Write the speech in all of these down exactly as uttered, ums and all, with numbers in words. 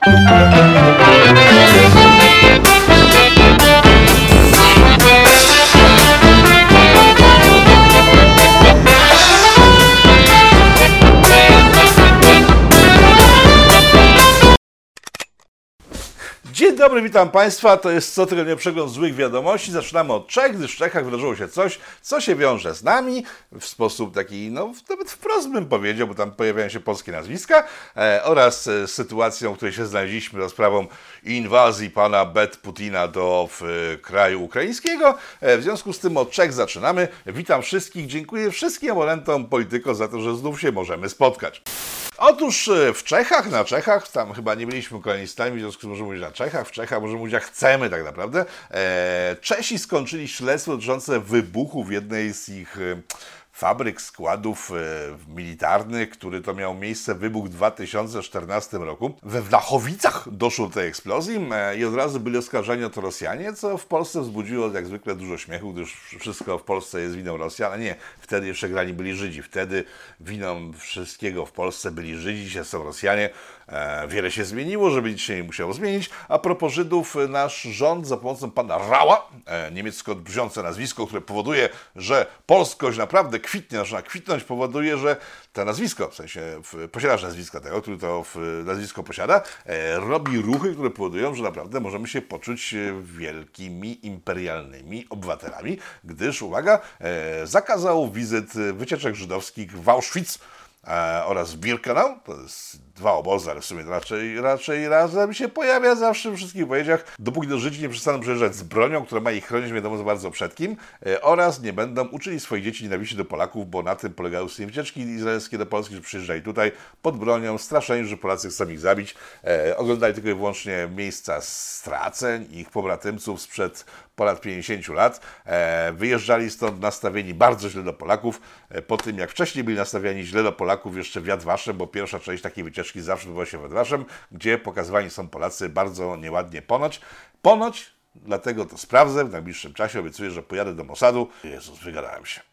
Dzień dobry, witam Państwa. To jest cotygodniowy przegląd złych wiadomości. Zaczynamy od Czech, gdyż w Czechach wydarzyło się coś, co się wiąże z nami w sposób taki, no nawet wprost bym powiedział, bo tam pojawiają się polskie nazwiska, e, oraz z sytuacją, w której się znaleźliśmy za sprawą inwazji pana Bet Putina do w, kraju ukraińskiego. E, w związku z tym od Czech zaczynamy. Witam wszystkich, dziękuję wszystkim abonentom Polityko za to, że znów się możemy spotkać. Otóż w Czechach, na Czechach, tam chyba nie byliśmy kolonistami, w związku z tym możemy mówić na Czechach, w Czechach możemy mówić jak chcemy tak naprawdę. E, Czesi skończyli śledztwo dotyczące wybuchu w jednej z ich e, fabryk, składów e, militarnych, który to miał miejsce wybuch w dwa tysiące czternastym roku. We Wlachowicach doszło do tej eksplozji e, i od razu byli oskarżeni o to Rosjanie, co w Polsce wzbudziło jak zwykle dużo śmiechu, gdyż wszystko w Polsce jest winą Rosjan, a nie, wtedy jeszcze grani byli Żydzi, wtedy winą wszystkiego w Polsce byli Żydzi, dzisiaj są Rosjanie. E, wiele się zmieniło, żeby nic się nie musiało zmienić. A propos Żydów, nasz rząd za pomocą pana Raucha, e, niemiecko brzmiące nazwisko, które powoduje, że polskość naprawdę kwitnie, zaczyna kwitnąć, powoduje, że to nazwisko, w sensie w, posiadasz nazwiska tego, który to w, nazwisko posiada, e, robi ruchy, które powodują, że naprawdę możemy się poczuć wielkimi, imperialnymi obywatelami, gdyż, uwaga, e, zakazał wizyt wycieczek żydowskich w Auschwitz e, oraz w Birkenau. To jest dwa obozy, ale w sumie raczej, raczej razem się pojawia zawsze we wszystkich wypowiedziach, dopóki do Żydzi nie przestaną przyjeżdżać z bronią, która ma ich chronić wiadomo za bardzo przed kim, e, oraz nie będą uczyli swoich dzieci nienawiści do Polaków, bo na tym polegały wszystkie wycieczki izraelskie do Polski, że przyjeżdżali tutaj pod bronią, straszeni, że Polacy chcą ich zabić. E, oglądali tylko i wyłącznie miejsca straceń ich pobratymców sprzed ponad pięćdziesięciu lat. E, wyjeżdżali stąd nastawieni bardzo źle do Polaków, e, po tym jak wcześniej byli nastawiani źle do Polaków jeszcze w Yad Vashem, bo pierwsza część takiej wycieczki zawsze odbywa się w Yad Vashem, gdzie pokazywani są Polacy bardzo nieładnie ponoć. Ponoć, dlatego to sprawdzę, w najbliższym czasie obiecuję, że pojadę do Mossadu. Jezus, wygadałem się.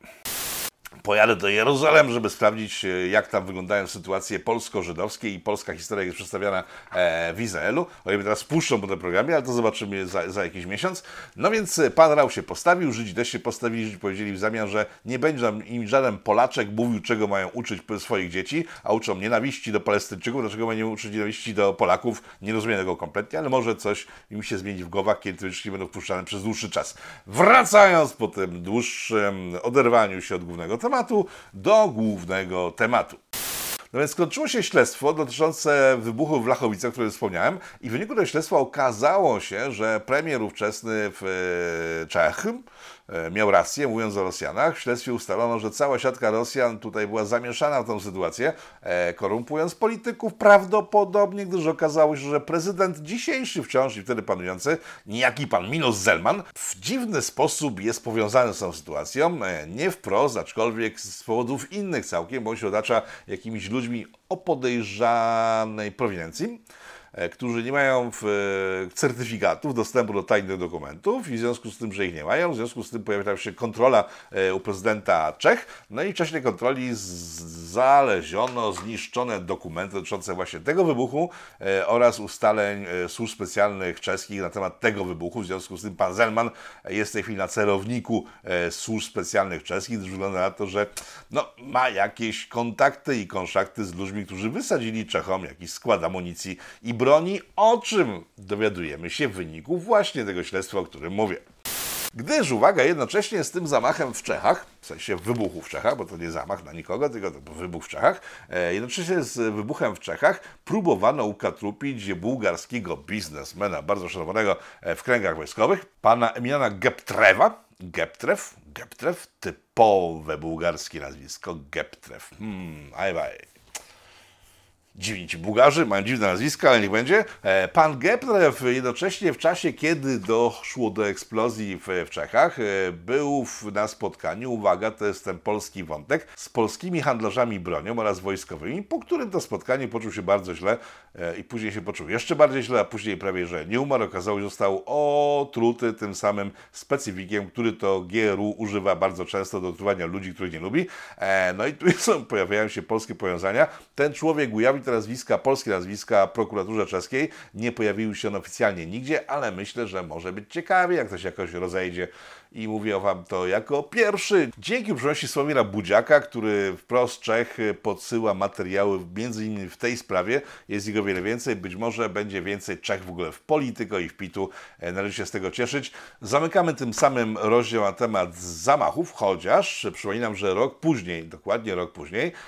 Pojadę do Jeruzalem, żeby sprawdzić, jak tam wyglądają sytuacje polsko-żydowskie i polska historia jest przedstawiana w Izraelu. O ile teraz puszczą po tym programie, ale to zobaczymy za, za jakiś miesiąc. No więc pan Rauch się postawił, Żydzi też się postawili, Żydzi powiedzieli w zamian, że nie będzie im żaden Polaczek mówił, czego mają uczyć swoich dzieci, a uczą nienawiści do Palestyńczyków, dlaczego mają uczyć nienawiści do Polaków. Nie rozumiem tego kompletnie, ale może coś im się zmieni w głowach, kiedy te wycieczki będą wpuszczane przez dłuższy czas. Wracając po tym dłuższym oderwaniu się od głównego tematu do głównego tematu. No więc skończyło się śledztwo dotyczące wybuchu w Wlachowicach, o którym wspomniałem, i w wyniku tego śledztwa okazało się, że premier ówczesny w Czech miał rację, mówiąc o Rosjanach. W śledztwie ustalono, że cała siatka Rosjan tutaj była zamieszana w tą sytuację, korumpując polityków prawdopodobnie, gdyż okazało się, że prezydent dzisiejszy wciąż i wtedy panujący, niejaki pan Miloš Zeman, w dziwny sposób jest powiązany z tą sytuacją. Nie wprost, aczkolwiek z powodów innych całkiem, bo on się otacza jakimiś ludźmi o podejrzanej prowinencji, którzy nie mają certyfikatów dostępu do tajnych dokumentów i w związku z tym, że ich nie mają, w związku z tym pojawia się kontrola u prezydenta Czech, no i w czasie tej kontroli znaleziono zniszczone dokumenty dotyczące właśnie tego wybuchu oraz ustaleń służb specjalnych czeskich na temat tego wybuchu. W związku z tym pan Zeman jest w tej chwili na celowniku służb specjalnych czeskich, gdyż wygląda na to, że no, ma jakieś kontakty i konszakty z ludźmi, którzy wysadzili Czechom jakiś skład amunicji i broni, o czym dowiadujemy się w wyniku właśnie tego śledztwa, o którym mówię. Gdyż, uwaga, jednocześnie z tym zamachem w Czechach, w sensie wybuchu w Czechach, bo to nie zamach na nikogo, tylko to wybuch w Czechach, e, jednocześnie z wybuchem w Czechach próbowano ukatrupić bułgarskiego biznesmena, bardzo szanowanego w kręgach wojskowych, pana Emiliana Geptrewa. Geptrew? Geptrew? Typowe bułgarskie nazwisko. Geptrew. Hmm, aj, aj. Dziwni ci Bułgarzy, mają dziwne nazwiska, ale niech będzie. Pan Geptrew jednocześnie w czasie, kiedy doszło do eksplozji w, w Czechach, był na spotkaniu, uwaga, to jest ten polski wątek, z polskimi handlarzami bronią oraz wojskowymi, po którym to spotkanie poczuł się bardzo źle i później się poczuł jeszcze bardziej źle, a później prawie, że nie umarł. Okazało się, że został otruty tym samym specyfikiem, który to G R U używa bardzo często do otruwania ludzi, których nie lubi. No i tu są, pojawiają się polskie powiązania. Ten człowiek ujawnił te nazwiska, polskie nazwiska w prokuraturze czeskiej. Nie pojawiły się one oficjalnie nigdzie, ale myślę, że może być ciekawie, jak to się jakoś rozejdzie. I mówię wam to jako pierwszy. Dzięki uprzejmości Sławomira Budziaka, który wprost Czech podsyła materiały między innymi w tej sprawie. Jest ich o wiele więcej. Być może będzie więcej Czech w ogóle w polityko i w pitu. Należy się z tego cieszyć. Zamykamy tym samym rozdział na temat zamachów, chociaż przypominam, że rok później, dokładnie rok później, ee,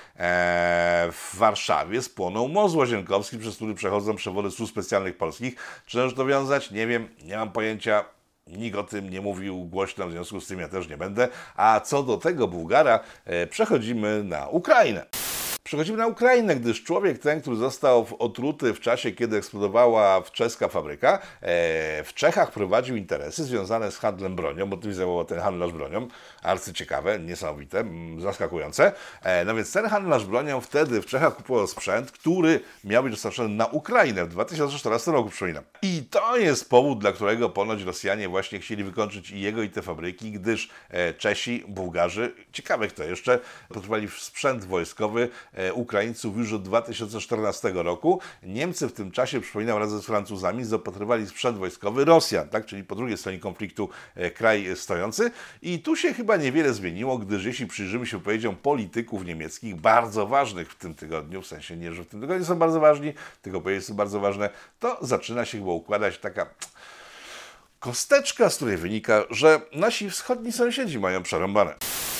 w Warszawie spłonął most łazienkowski, przez który przechodzą przewody służb specjalnych polskich. Czy należy to wiązać? Nie wiem, nie mam pojęcia. Nikt o tym nie mówił głośno, w związku z tym ja też nie będę. A co do tego Bułgara, e, przechodzimy na Ukrainę. Przechodzimy na Ukrainę, gdyż człowiek ten, który został otruty w czasie, kiedy eksplodowała czeska fabryka, w Czechach prowadził interesy związane z handlem bronią, bo tym zajmował ten handlarz bronią. Arcyciekawe, niesamowite, zaskakujące. No więc ten handlarz bronią wtedy w Czechach kupował sprzęt, który miał być dostarczony na Ukrainę w dwa tysiące czternastym roku, przypominam. I to jest powód, dla którego ponoć Rosjanie właśnie chcieli wykończyć i jego, i te fabryki, gdyż Czesi, Bułgarzy, ciekawe kto jeszcze, potrzebowali sprzęt wojskowy Ukraińców już od dwa tysiące czternastego roku. Niemcy w tym czasie, przypominam, razem z Francuzami zaopatrywali sprzęt wojskowy Rosjan, tak? Czyli po drugiej stronie konfliktu e, kraj stojący. I tu się chyba niewiele zmieniło, gdyż jeśli przyjrzymy się wypowiedziom polityków niemieckich, bardzo ważnych w tym tygodniu, w sensie nie, że w tym tygodniu są bardzo ważni, tylko powiedzieć są bardzo ważne, to zaczyna się chyba układać taka kosteczka, z której wynika, że nasi wschodni sąsiedzi mają przerąbane.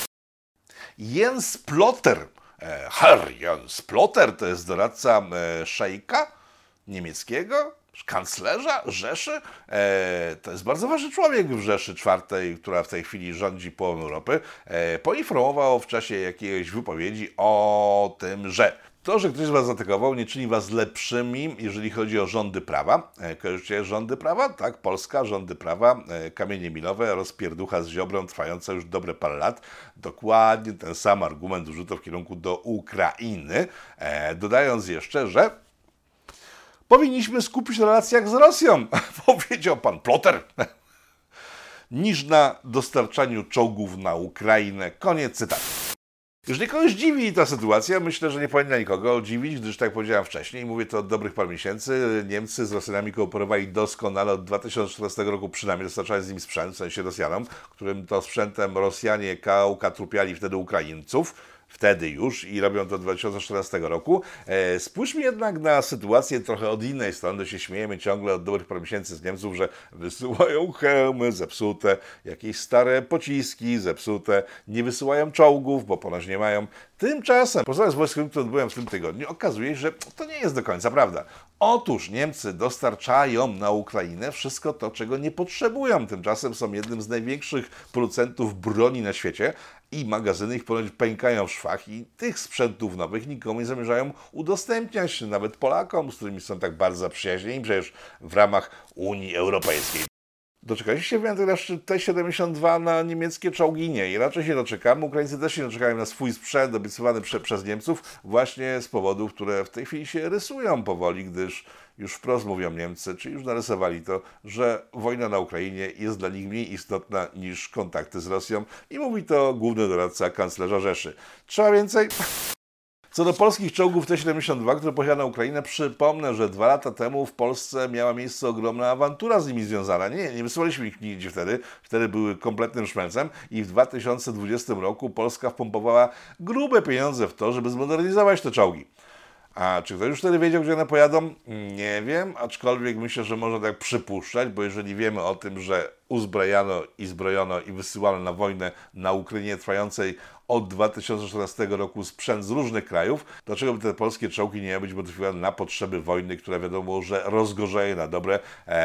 Jens Plotter, Herr Jens Plotter, to jest doradca e, szejka niemieckiego, kanclerza Rzeszy. E, to jest bardzo ważny człowiek w Rzeszy czwartej, która w tej chwili rządzi połową Europy. E, poinformował w czasie jakiejś wypowiedzi o tym, że to, że ktoś z was zaatakował, nie czyni was lepszymi, jeżeli chodzi o rządy prawa. E, kojarzycie rządy prawa? Tak, Polska, rządy prawa, e, kamienie milowe, rozpierducha z Ziobrą trwająca już dobre parę lat. Dokładnie ten sam argument użyto w kierunku do Ukrainy, e, dodając jeszcze, że powinniśmy skupić na relacjach z Rosją, powiedział pan Plotter, niż na dostarczaniu czołgów na Ukrainę. Koniec cytatu. Jeżeli kogoś dziwi ta sytuacja, myślę, że nie powinna nikogo dziwić, gdyż tak jak powiedziałem wcześniej, mówię to od dobrych paru miesięcy, Niemcy z Rosjanami kooperowali doskonale od dwa tysiące czternastego roku, przynajmniej dostarczając im sprzęt, w sensie Rosjanom, którym to sprzętem Rosjanie ukatrupiali wtedy Ukraińców, wtedy już i robią to od dwa tysiące czternastego roku. E, spójrzmy jednak na sytuację trochę od innej strony, to się śmiejemy ciągle od dobrych paru miesięcy z Niemców, że wysyłają hełmy zepsute, jakieś stare pociski zepsute, nie wysyłają czołgów, bo ponoć nie mają. Tymczasem, po z wojskowym, który odbyłem w tym tygodniu, okazuje się, że to nie jest do końca prawda. Otóż Niemcy dostarczają na Ukrainę wszystko to, czego nie potrzebują. Tymczasem są jednym z największych producentów broni na świecie i magazyny ich ponoć pękają w szwach i tych sprzętów nowych nikomu nie zamierzają udostępniać, nawet Polakom, z którymi są tak bardzo zaprzyjaźnieni, przecież w ramach Unii Europejskiej. Doczekaliście się wyjątek T siedemdziesiąt dwa na niemieckie czołgi? Nie. I raczej się doczekamy. Ukraińcy też się doczekają na swój sprzęt obiecywany prze, przez Niemców właśnie z powodów, które w tej chwili się rysują powoli, gdyż już wprost mówią Niemcy, czy już narysowali to, że wojna na Ukrainie jest dla nich mniej istotna niż kontakty z Rosją i mówi to główny doradca kanclerza Rzeszy. Trzeba więcej? Co do polskich czołgów T siedemdziesiąt dwa, które pojechał na Ukrainę, przypomnę, że dwa lata temu w Polsce miała miejsce ogromna awantura z nimi związana. Nie, nie wysyłaliśmy ich nigdzie wtedy. Wtedy były kompletnym szmelcem i w dwa tysiące dwudziestym roku Polska wpompowała grube pieniądze w to, żeby zmodernizować te czołgi. A czy ktoś już wtedy wiedział, gdzie one pojadą? Nie wiem, aczkolwiek myślę, że można tak przypuszczać, bo jeżeli wiemy o tym, że uzbrajano i zbrojono i wysyłano na wojnę na Ukrainie trwającej od dwa tysiące czternastego roku sprzęt z różnych krajów, dlaczego by te polskie czołgi nie miały być modyfikowane na potrzeby wojny, która wiadomo, że rozgorzeje na dobre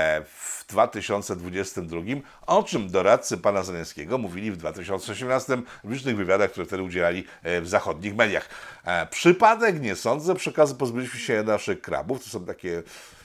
w dwa tysiące dwudziestym drugim, o czym doradcy pana Zełenskiego mówili w dwa tysiące osiemnastym w licznych wywiadach, które wtedy udzielali w zachodnich mediach. Przypadek? Nie sądzę. Przy okazji pozbyliśmy się naszych krabów. To są takie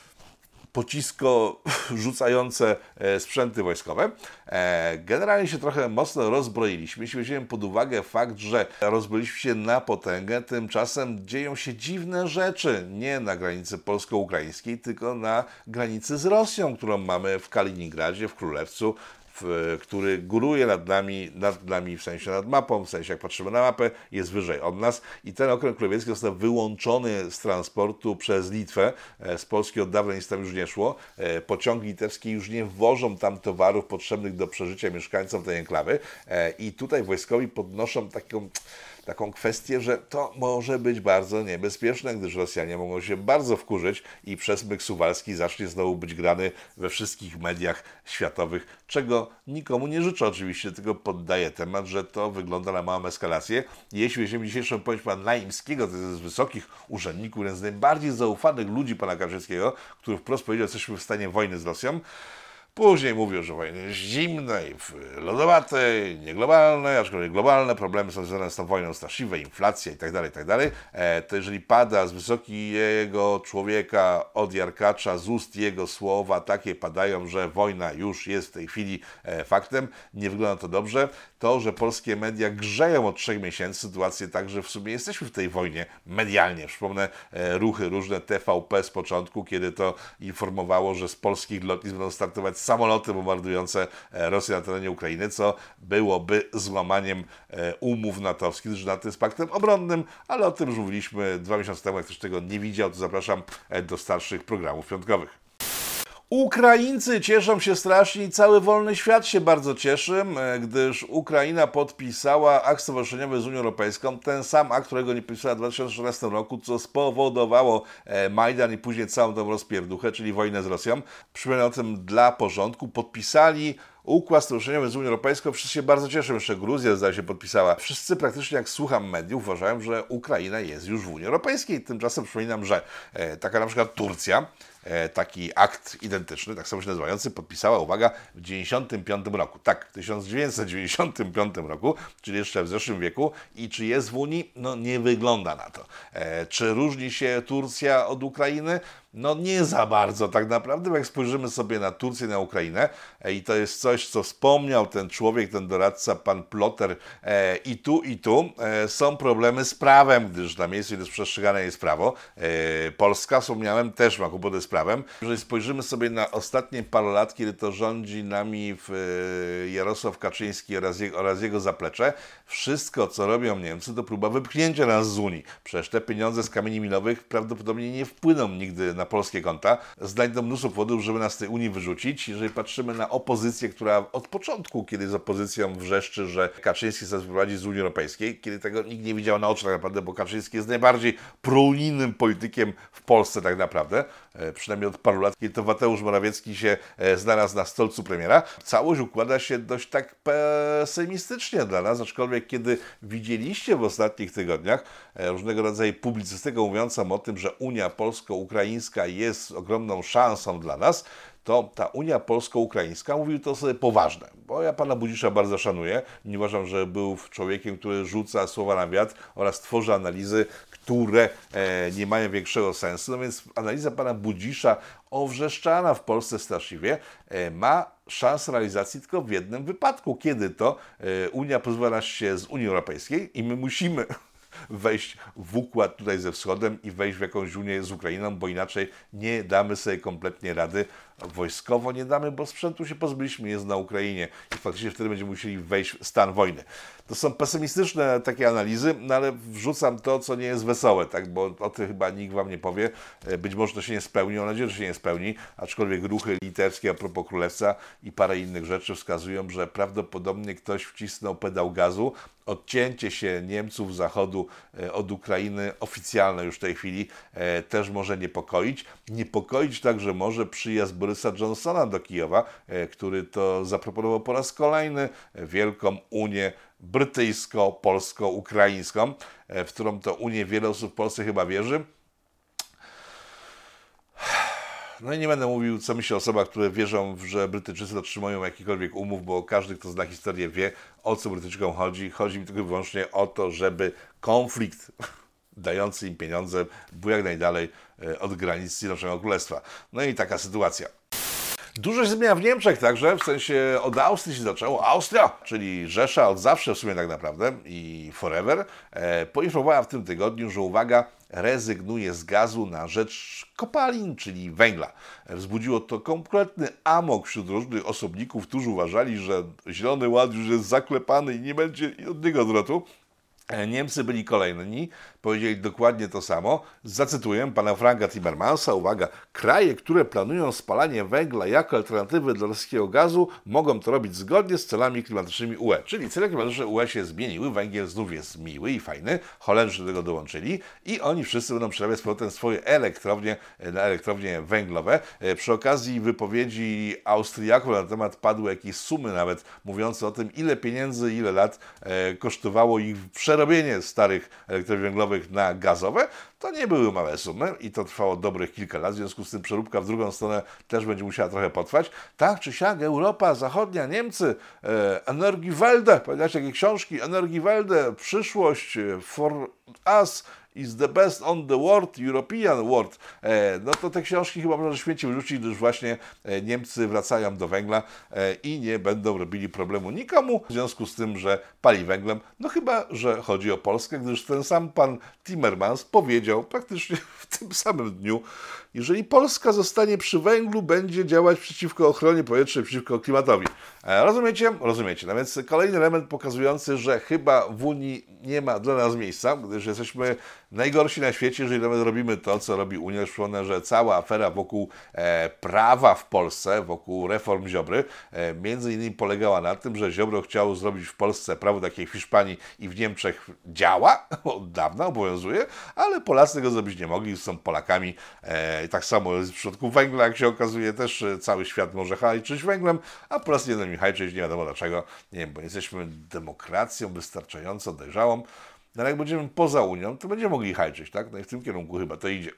pocisko rzucające sprzęty wojskowe. Generalnie się trochę mocno rozbroiliśmy. Jeśli weźmiemy pod uwagę fakt, że rozbroiliśmy się na potęgę, tymczasem dzieją się dziwne rzeczy. Nie na granicy polsko-ukraińskiej, tylko na granicy z Rosją, którą mamy w Kaliningradzie, w Królewcu, w, który góruje nad nami, nad nami w sensie nad mapą, w sensie jak patrzymy na mapę, jest wyżej od nas i ten okręg królewiecki został wyłączony z transportu przez Litwę. Z Polski od dawna nic tam już nie szło. Pociągi litewskie już nie wwożą tam towarów potrzebnych do przeżycia mieszkańcom tej enklawy i tutaj wojskowi podnoszą taką taką kwestię, że to może być bardzo niebezpieczne, gdyż Rosjanie mogą się bardzo wkurzyć i przesmyk suwalski zacznie znowu być grany we wszystkich mediach światowych, czego nikomu nie życzę oczywiście, tylko poddaję temat, że to wygląda na małą eskalację. Jeśli weźmiemy dzisiejszą wypowiedź pana Naimskiego, to jest z wysokich urzędników, jeden z najbardziej zaufanych ludzi pana Kaczyńskiego, który wprost powiedział, że jesteśmy w stanie wojny z Rosją. Później mówią, że wojna jest zimnej, lodowatej, nieglobalnej, aczkolwiek globalne problemy są związane z tą wojną straszliwe, inflacja itd., itd. To jeżeli pada z wysokiego człowieka od Jarkacza, z ust jego słowa takie padają, że wojna już jest w tej chwili faktem, nie wygląda to dobrze. To, że polskie media grzeją od trzech miesięcy sytuację tak, że w sumie jesteśmy w tej wojnie medialnie. Przypomnę ruchy różne T V P z początku, kiedy to informowało, że z polskich lotnisk będą startować samoloty bombardujące Rosję na terenie Ukrainy, co byłoby złamaniem umów natowskich, gdyż NATO jest paktem obronnym, ale o tym już mówiliśmy dwa miesiące temu. Jak ktoś tego nie widział, to zapraszam do starszych programów piątkowych. Ukraińcy cieszą się strasznie i cały wolny świat się bardzo cieszy, gdyż Ukraina podpisała akt stowarzyszeniowy z Unią Europejską, ten sam akt, którego nie podpisała w dwa tysiące czternastym roku, co spowodowało Majdan i później całą tą rozpierduchę, czyli wojnę z Rosją. Przypomnę o tym dla porządku. Podpisali układ stowarzyszeniowy z Unią Europejską, wszyscy się bardzo cieszą, jeszcze Gruzja zdaje się podpisała. Wszyscy praktycznie, jak słucham mediów, uważają, że Ukraina jest już w Unii Europejskiej. Tymczasem przypominam, że e, taka na przykład Turcja, e, taki akt identyczny, tak samo się nazywający, podpisała, uwaga, w tysiąc dziewięćset dziewięćdziesiątym piątym roku. Tak, w tysiąc dziewięćset dziewięćdziesiątym piątym roku, czyli jeszcze w zeszłym wieku. I czy jest w Unii? No nie wygląda na to. E, czy różni się Turcja od Ukrainy? No nie za bardzo tak naprawdę, bo jak spojrzymy sobie na Turcję, na Ukrainę e, i to jest coś, co wspomniał ten człowiek, ten doradca, pan Ploter, e, i tu, i tu e, są problemy z prawem, gdyż na miejscu, gdzie przestrzegane jest prawo. E, Polska, wspomniałem, też ma kłopoty z prawem. Jeżeli spojrzymy sobie na ostatnie parę lat, kiedy to rządzi nami w, e, Jarosław Kaczyński oraz, je, oraz jego zaplecze, wszystko, co robią Niemcy, to próba wypchnięcia nas z Unii. Przecież te pieniądze z kamieni milowych prawdopodobnie nie wpłyną nigdy na polskie konta. Znajdą mnóstwo powodów, żeby nas z tej Unii wyrzucić. Jeżeli patrzymy na opozycję, która od początku, kiedy z opozycją wrzeszczy, że Kaczyński chce wyprowadzić z Unii Europejskiej, kiedy tego nikt nie widział na oczy tak naprawdę, bo Kaczyński jest najbardziej prounijnym politykiem w Polsce tak naprawdę, e, przynajmniej od paru lat, kiedy to Mateusz Morawiecki się e, znalazł na stolcu premiera. Całość układa się dość tak pesymistycznie dla nas, aczkolwiek kiedy widzieliście w ostatnich tygodniach e, różnego rodzaju publicystykę mówiącą o tym, że Unia Polsko-Ukraińska jest ogromną szansą dla nas, to ta Unia Polsko-Ukraińska mówił to sobie poważne, bo ja pana Budzisza bardzo szanuję. Nie uważam, że był człowiekiem, który rzuca słowa na wiatr oraz tworzy analizy, które e, nie mają większego sensu. No więc analiza pana Budzisza, owrzeszczana w Polsce straszliwie, e, ma szansę realizacji tylko w jednym wypadku, kiedy to e, Unia pozwala się z Unii Europejskiej i my musimy wejść w układ tutaj ze Wschodem i wejść w jakąś Unię z Ukrainą, bo inaczej nie damy sobie kompletnie rady. Wojskowo nie damy, bo sprzętu się pozbyliśmy, jest na Ukrainie i faktycznie wtedy będziemy musieli wejść w stan wojny. To są pesymistyczne takie analizy, no ale wrzucam to, co nie jest wesołe, tak, bo o tym chyba nikt wam nie powie. Być może to się nie spełni, mam nadzieję, że się nie spełni, aczkolwiek ruchy litewskie a propos Królewca i parę innych rzeczy wskazują, że prawdopodobnie ktoś wcisnął pedał gazu. Odcięcie się Niemców z Zachodu od Ukrainy, oficjalne już w tej chwili, też może niepokoić. Niepokoić także może przyjazd Borysa Johnsona do Kijowa, który to zaproponował po raz kolejny wielką Unię brytyjsko-polsko-ukraińską, w którą to Unię wiele osób w Polsce chyba wierzy. No i nie będę mówił, co myśli o osobach, które wierzą, że Brytyjczycy dotrzymują jakichkolwiek umów, bo każdy, kto zna historię, wie, o co Brytyjczykom chodzi. Chodzi mi tylko i wyłącznie o to, żeby konflikt dający im pieniądze był jak najdalej od granic Zjednoczonego Królestwa. No i taka sytuacja. Dużo się zmienia w Niemczech także, w sensie od Austrii się zaczęło. Austria, czyli Rzesza od zawsze w sumie tak naprawdę i forever, e, poinformowała w tym tygodniu, że uwaga, rezygnuje z gazu na rzecz kopalin, czyli węgla. Wzbudziło to kompletny amok wśród różnych osobników, którzy uważali, że Zielony Ład już jest zaklepany i nie będzie od niego odwrotu. Niemcy byli kolejni, powiedzieli dokładnie to samo. Zacytuję pana Franka Timmermansa. Uwaga, kraje, które planują spalanie węgla jako alternatywy dla rosyjskiego gazu, mogą to robić zgodnie z celami klimatycznymi U E. Czyli cele klimatyczne U E się zmieniły, węgiel znów jest miły i fajny, Holendrzy do tego dołączyli i oni wszyscy będą przerabiać z powrotem swoje elektrownie na elektrownie węglowe. Przy okazji wypowiedzi Austriaków na temat padły jakieś sumy nawet mówiące o tym, ile pieniędzy, ile lat kosztowało ich przerobienie starych elektrowni węglowych na gazowe, to nie były małe sumy i to trwało dobrych kilka lat, w związku z tym przeróbka w drugą stronę też będzie musiała trochę potrwać. Tak czy siak Europa Zachodnia, Niemcy, e, Energiewende, pamiętacie jakie książki? Energiewende, przyszłość, for us is the best on the world, European world. E, no to te książki chyba można śmieci wyrzucić, gdyż właśnie e, Niemcy wracają do węgla e, i nie będą robili problemu nikomu w związku z tym, że pali węglem. No chyba, że chodzi o Polskę, gdyż ten sam pan Timmermans powiedział praktycznie w tym samym dniu, jeżeli Polska zostanie przy węglu, będzie działać przeciwko ochronie powietrza, przeciwko klimatowi. E, rozumiecie? Rozumiecie. No więc kolejny element pokazujący, że chyba w Unii nie ma dla nas miejsca, gdyż jesteśmy najgorsi na świecie, jeżeli nawet robimy to, co robi Unia. Przypomnę, że cała afera wokół e, prawa w Polsce, wokół reform Ziobry, e, między innymi polegała na tym, że Ziobro chciał zrobić w Polsce prawo takie jak w Hiszpanii i w Niemczech działa, od dawna obowiązuje, ale Polacy tego zrobić nie mogli, są Polakami. E, i tak samo jest w przypadku węgla, jak się okazuje, też e, cały świat może hajczyć węglem, a Polacy nie będą mi hajczyć, nie wiadomo dlaczego. Nie wiem, bo jesteśmy demokracją wystarczająco dojrzałą. No ale jak będziemy poza Unią, to będziemy mogli hajczyć, tak? No i w tym kierunku chyba to idzie.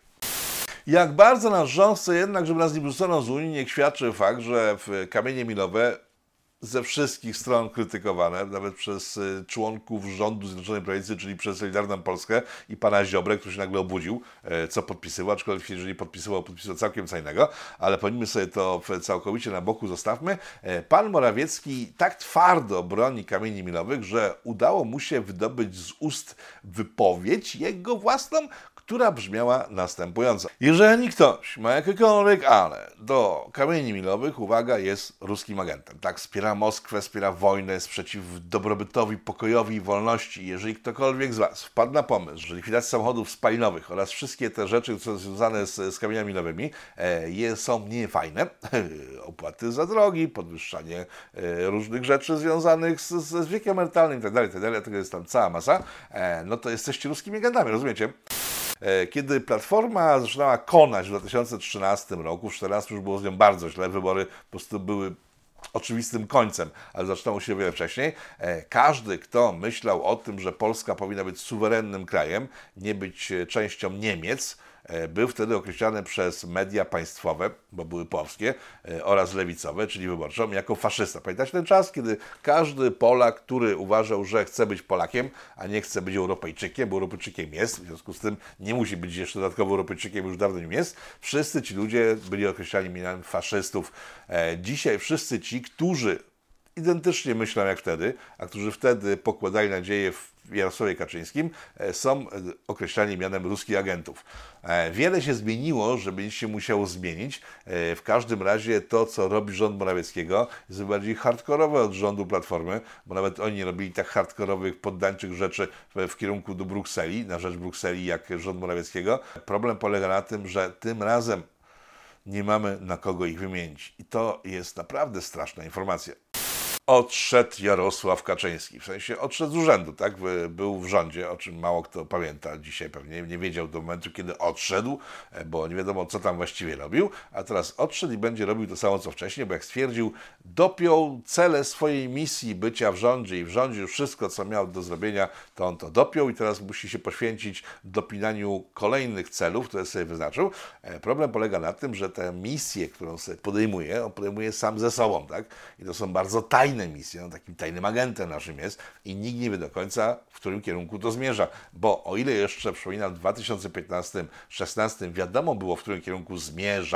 Jak bardzo nasz rząd chce jednak, żeby nas nie wyrzucono z Unii, niech świadczy fakt, że kamienie milowe ze wszystkich stron krytykowane, nawet przez członków rządu Zjednoczonej Prawicy, czyli przez Solidarną Polskę i pana Ziobrę, który się nagle obudził, co podpisywał, aczkolwiek jeżeli podpisywał, podpisywał całkiem co innego, ale powinniśmy sobie to całkowicie na boku zostawmy. Pan Morawiecki tak twardo broni kamieni milowych, że udało mu się wydobyć z ust wypowiedź jego własną, która brzmiała następująco. Jeżeli ktoś ma jakiekolwiek ale do kamieni milowych, uwaga, jest ruskim agentem. Tak, wspiera Moskwę, wspiera wojnę, jest przeciw dobrobytowi, pokojowi i wolności. Jeżeli ktokolwiek z Was wpadł na pomysł, że likwidacja samochodów spalinowych oraz wszystkie te rzeczy, które są związane z, z kamieniami milowymi, e, je, są niefajne, opłaty za drogi, podwyższanie e, różnych rzeczy związanych z, z wiekiem emerytalnym itd., itd., tego jest tam cała masa, e, no to jesteście ruskimi agentami, rozumiecie? Kiedy Platforma zaczynała konać w dwa tysiące trzynastym roku, w dwa tysiące czternastym już było z nią bardzo źle, wybory po prostu były oczywistym końcem, ale zaczynało się o wiele wcześniej. Każdy, kto myślał o tym, że Polska powinna być suwerennym krajem, nie być częścią Niemiec, był wtedy określany przez media państwowe, bo były polskie, oraz lewicowe, czyli Wyborczą, jako faszysta. Pamiętacie ten czas, kiedy każdy Polak, który uważał, że chce być Polakiem, a nie chce być Europejczykiem, bo Europejczykiem jest, w związku z tym nie musi być jeszcze dodatkowo Europejczykiem, już dawno nim jest, wszyscy ci ludzie byli określani mianem faszystów. Dzisiaj wszyscy ci, którzy identycznie myślą jak wtedy, a którzy wtedy pokładali nadzieję w Jarosławie Kaczyńskim, są określani mianem ruskich agentów. Wiele się zmieniło, żeby nic się musiało zmienić. W każdym razie to, co robi rząd Morawieckiego, jest bardziej hardkorowe od rządu Platformy, bo nawet oni nie robili tak hardkorowych, poddańczych rzeczy w, w kierunku do Brukseli, na rzecz Brukseli, jak rząd Morawieckiego. Problem polega na tym, że tym razem nie mamy na kogo ich wymienić. I to jest naprawdę straszna informacja. Odszedł Jarosław Kaczyński, w sensie odszedł z urzędu, tak? Był w rządzie, o czym mało kto pamięta dzisiaj pewnie, nie wiedział do momentu, kiedy odszedł, bo nie wiadomo, co tam właściwie robił, a teraz odszedł i będzie robił to samo, co wcześniej, bo jak stwierdził, dopiął cele swojej misji bycia w rządzie i w rządzie już wszystko, co miał do zrobienia, to on to dopiął i teraz musi się poświęcić dopinaniu kolejnych celów, które sobie wyznaczył. Problem polega na tym, że tę misję, którą sobie podejmuje, on podejmuje sam ze sobą, tak? I to są bardzo tajne misje, on takim tajnym agentem naszym jest i nikt nie wie do końca, w którym kierunku to zmierza, bo o ile jeszcze, przypominam, w dwa tysiące piętnastym szesnastym wiadomo było, w którym kierunku zmierza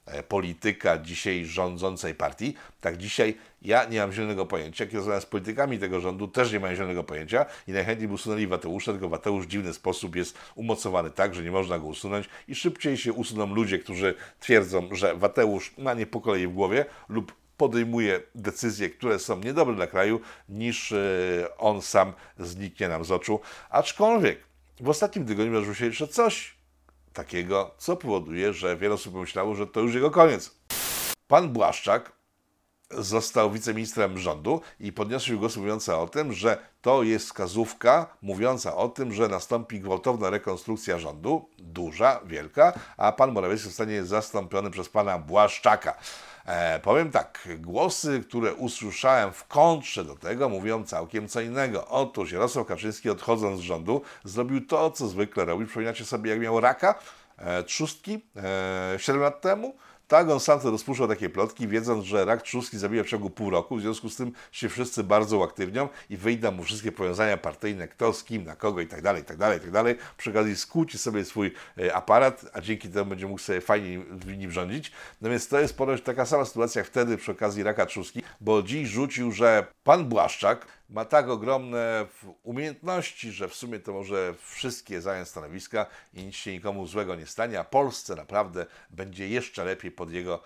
polityka dzisiaj rządzącej partii, tak dzisiaj ja nie mam zielonego pojęcia. Jak rozmawiam z politykami tego rządu, też nie mają zielonego pojęcia i najchętniej by usunęli Wateusza, tylko Wateusz w dziwny sposób jest umocowany tak, że nie można go usunąć i szybciej się usuną ludzie, którzy twierdzą, że Wateusz ma nie po kolei w głowie lub podejmuje decyzje, które są niedobre dla kraju, niż on sam zniknie nam z oczu. Aczkolwiek w ostatnim tygodniu wydarzyło się jeszcze coś takiego, co powoduje, że wiele osób pomyślało, że to już jego koniec. Pan Błaszczak został wiceministrem rządu i podniosły głos mówiąca o tym, że to jest wskazówka mówiąca o tym, że nastąpi gwałtowna rekonstrukcja rządu, duża, wielka, a pan Morawiecki zostanie zastąpiony przez pana Błaszczaka. E, powiem tak, głosy, które usłyszałem w kontrze do tego, mówią całkiem co innego. Otóż Jarosław Kaczyński, odchodząc z rządu, zrobił to, co zwykle robił. Przypominacie sobie, jak miał raka e, trzustki e, siedem lat temu? Tak, on sam to rozpuszczał takie plotki, wiedząc, że rak trzustki zabija w ciągu pół roku, w związku z tym się wszyscy bardzo uaktywnią i wyjdą mu wszystkie powiązania partyjne, kto z kim, na kogo i tak dalej, i tak dalej, i tak dalej. Przy okazji skłóci sobie swój aparat, a dzięki temu będzie mógł sobie fajnie w nim rządzić. No więc to jest ponoć taka sama sytuacja jak wtedy przy okazji raka trzustki, bo dziś rzucił, że pan Błaszczak ma tak ogromne umiejętności, że w sumie to może wszystkie zająć stanowiska i nic się nikomu złego nie stanie, a Polsce naprawdę będzie jeszcze lepiej pod jego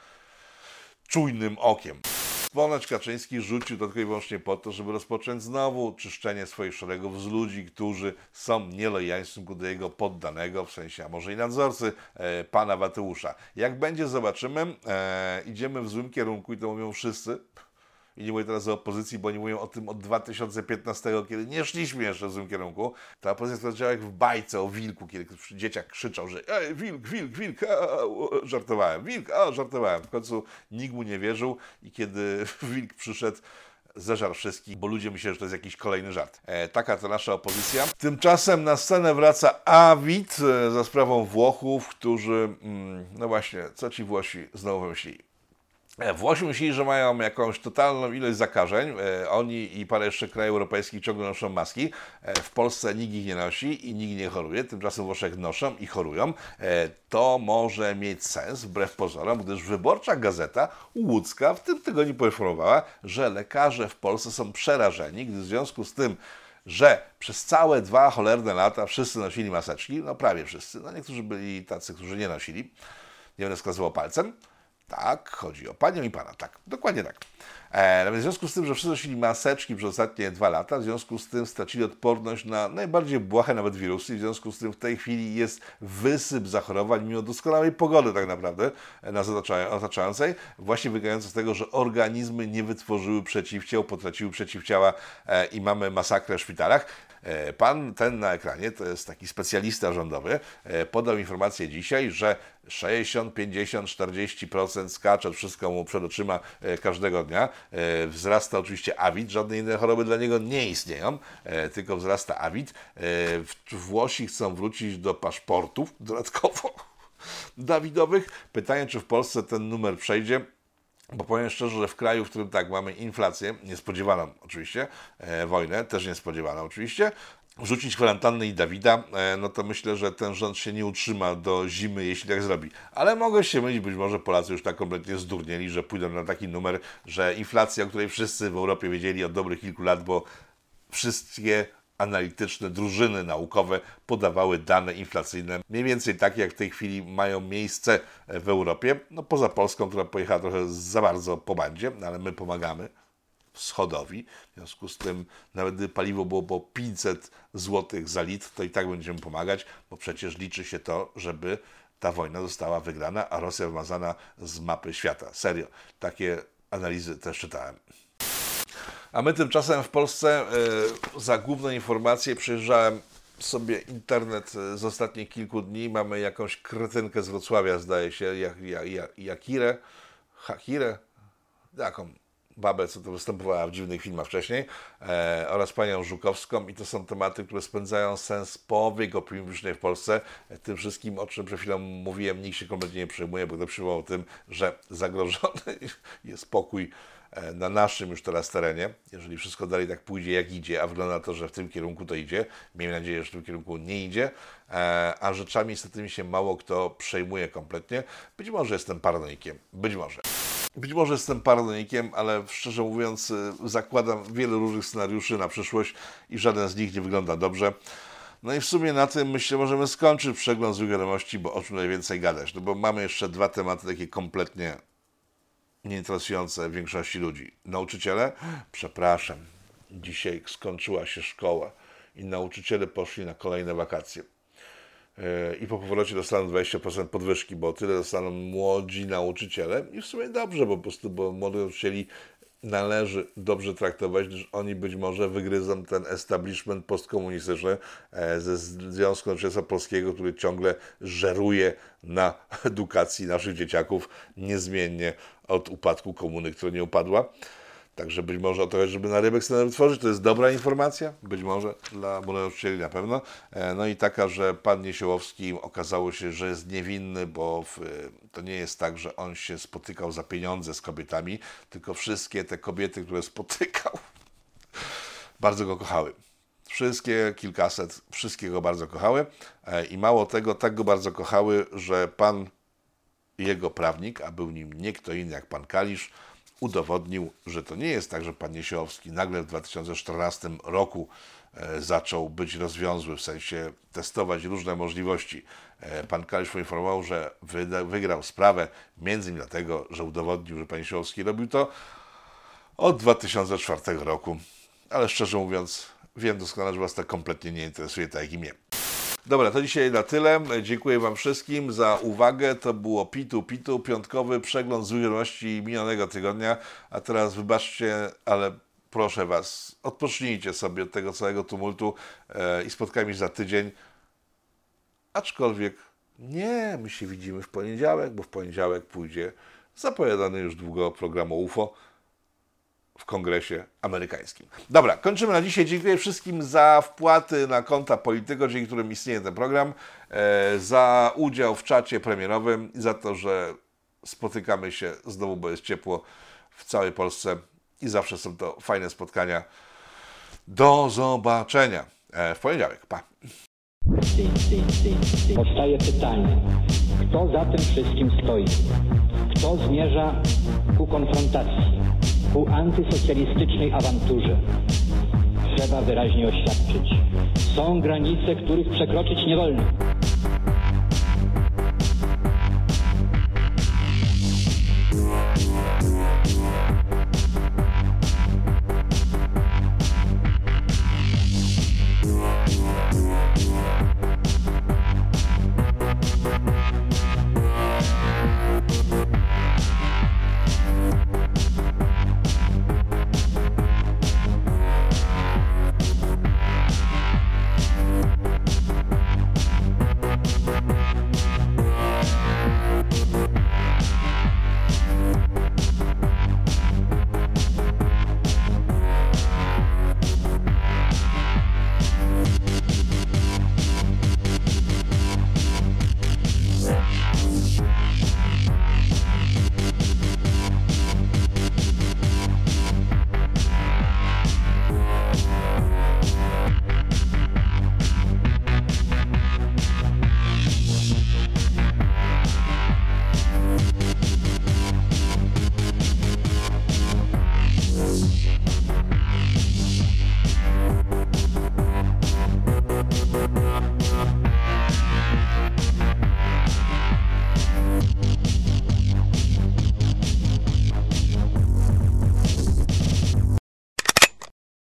czujnym okiem. Ponoć Kaczyński rzucił to tylko i wyłącznie po to, żeby rozpocząć znowu czyszczenie swoich szeregów z ludzi, którzy są nielojalni w stosunku do jego poddanego, w sensie, a może i nadzorcy, e, pana Wateusza. Jak będzie, zobaczymy. E, idziemy w złym kierunku i to mówią wszyscy. I nie mówię teraz o opozycji, bo oni mówią o tym od dwa tysiące piętnastego, kiedy nie szliśmy jeszcze w złym kierunku. Ta opozycja zaczęła jak w bajce o wilku, kiedy dzieciak krzyczał, że ej, wilk, wilk, wilk, a, żartowałem, wilk, a, żartowałem. W końcu nikt mu nie wierzył i kiedy wilk przyszedł, zeżarł wszystkich, bo ludzie myśleli, że to jest jakiś kolejny żart. E, taka to nasza opozycja. Tymczasem na scenę wraca Awid e, za sprawą Włochów, którzy, mm, no właśnie, co ci Włosi znowu wymyślili? Włosi myśleli, że mają jakąś totalną ilość zakażeń. Oni i parę jeszcze krajów europejskich ciągle noszą maski. W Polsce nikt ich nie nosi i nikt nie choruje. Tymczasem w Włoszech noszą i chorują. To może mieć sens, wbrew pozorom, gdyż Wyborcza Gazeta łódzka w tym tygodniu poinformowała, że lekarze w Polsce są przerażeni, gdy w związku z tym, że przez całe dwa cholerne lata wszyscy nosili maseczki, no prawie wszyscy, no niektórzy byli tacy, którzy nie nosili, nie będę wskazywał palcem. Tak, chodzi o panią i pana, tak, dokładnie tak. E, w związku z tym, że wszyscy nosili maseczki przez ostatnie dwa lata, w związku z tym stracili odporność na najbardziej błahe nawet wirusy, w związku z tym w tej chwili jest wysyp zachorowań, mimo doskonałej pogody tak naprawdę nas otaczającej, właśnie wynikające z tego, że organizmy nie wytworzyły przeciwciał, potraciły przeciwciała e, i mamy masakrę w szpitalach. E, pan ten na ekranie, to jest taki specjalista rządowy, e, podał informację dzisiaj, że sześćdziesiąt, pięćdziesiąt, czterdzieści procent skacze, wszystko mu przed oczyma e, każdego dnia. E, wzrasta oczywiście Awid, żadne inne choroby dla niego nie istnieją, e, tylko wzrasta Awid. E, Włosi chcą wrócić do paszportów dodatkowo Dawidowych. Pytanie, czy w Polsce ten numer przejdzie. Bo powiem szczerze, że w kraju, w którym tak mamy inflację, niespodziewaną oczywiście, e, wojnę, też niespodziewaną oczywiście, wrzucić kwarantannę i Dawida, e, no to myślę, że ten rząd się nie utrzyma do zimy, jeśli tak zrobi. Ale mogę się mylić, być może Polacy już tak kompletnie zdurnieli, że pójdą na taki numer, że inflacja, o której wszyscy w Europie wiedzieli od dobrych kilku lat, bo wszystkie analityczne drużyny naukowe podawały dane inflacyjne, mniej więcej takie jak w tej chwili mają miejsce w Europie, no poza Polską, która pojechała trochę za bardzo po bandzie, no ale my pomagamy wschodowi, w związku z tym nawet gdy paliwo było po pięćset złotych za litr, to i tak będziemy pomagać, bo przecież liczy się to, żeby ta wojna została wygrana, a Rosja wymazana z mapy świata. Serio, takie analizy też czytałem. A my tymczasem w Polsce y, za główne informacje przyjeżdżałem sobie internet z ostatnich kilku dni. Mamy jakąś kretynkę z Wrocławia, zdaje się, jak, jak, jak, Jakirę, Hakirę, jaką babę, co to występowała w dziwnych filmach wcześniej, e, oraz panią Żukowską i to są tematy, które spędzają sens powiek opinii publicznej w Polsce. Tym wszystkim, o czym przed chwilą mówiłem, nikt się kompletnie nie przejmuje, bo to przywołał o tym, że zagrożony jest pokój na naszym już teraz terenie, jeżeli wszystko dalej tak pójdzie, jak idzie, a wygląda na to, że w tym kierunku to idzie. Miejmy nadzieję, że w tym kierunku nie idzie, a rzeczami niestety się mało kto przejmuje kompletnie. Być może jestem paranoikiem, być może. Być może jestem paranoikiem, ale szczerze mówiąc zakładam wiele różnych scenariuszy na przyszłość i żaden z nich nie wygląda dobrze. No i w sumie na tym, myślę, możemy skończyć przegląd złych wiadomości, bo o czym najwięcej gadać. No bo mamy jeszcze dwa tematy takie kompletnie nieinteresujące większości ludzi. Nauczyciele? Przepraszam, dzisiaj skończyła się szkoła i nauczyciele poszli na kolejne wakacje. I po powrocie dostaną dwadzieścia procent podwyżki, bo tyle dostaną młodzi nauczyciele i w sumie dobrze, bo po prostu, bo młodych nauczycieli należy dobrze traktować, gdyż oni być może wygryzą ten establishment postkomunistyczny ze Związku Nauczycielstwa Polskiego, który ciągle żeruje na edukacji naszych dzieciaków niezmiennie od upadku komuny, która nie upadła. Także być może o to chodzi, żeby na rybek sobie wytworzyć. To jest dobra informacja, być może dla młodych nauczycieli na pewno. No i taka, że pan Niesiołowski okazało się, że jest niewinny, bo w, to nie jest tak, że on się spotykał za pieniądze z kobietami, tylko wszystkie te kobiety, które spotykał, bardzo go kochały. Wszystkie, kilkaset, wszystkie go bardzo kochały i mało tego, tak go bardzo kochały, że pan jego prawnik, a był nim nie kto inny jak pan Kalisz, udowodnił, że to nie jest tak, że pan Niesiołowski nagle w dwa tysiące czternastym roku e, zaczął być rozwiązły, w sensie testować różne możliwości. E, pan Kalisz poinformował, że wyda, wygrał sprawę między innymi dlatego, że udowodnił, że pan Niesiołowski robił to od dwa tysiące czwartego roku. Ale szczerze mówiąc, wiem doskonale, że was to kompletnie nie interesuje, tak jak i mnie. Dobra, to dzisiaj na tyle. Dziękuję wam wszystkim za uwagę. To było Pitu Pitu, piątkowy przegląd złych wiadomości minionego tygodnia. A teraz wybaczcie, ale proszę was, odpocznijcie sobie od tego całego tumultu e, i spotkajmy się za tydzień. Aczkolwiek nie, my się widzimy w poniedziałek, bo w poniedziałek pójdzie zapowiadany już długo program o U F O w Kongresie Amerykańskim. Dobra, kończymy na dzisiaj. Dziękuję wszystkim za wpłaty na konta Polityko, dzięki którym istnieje ten program, e, za udział w czacie premierowym i za to, że spotykamy się znowu, bo jest ciepło w całej Polsce i zawsze są to fajne spotkania. Do zobaczenia e, w poniedziałek. Pa! Powstaje pytanie, kto za tym wszystkim stoi? Kto zmierza ku konfrontacji, ku antysocjalistycznej awanturze? Trzeba wyraźnie oświadczyć. Są granice, których przekroczyć nie wolno.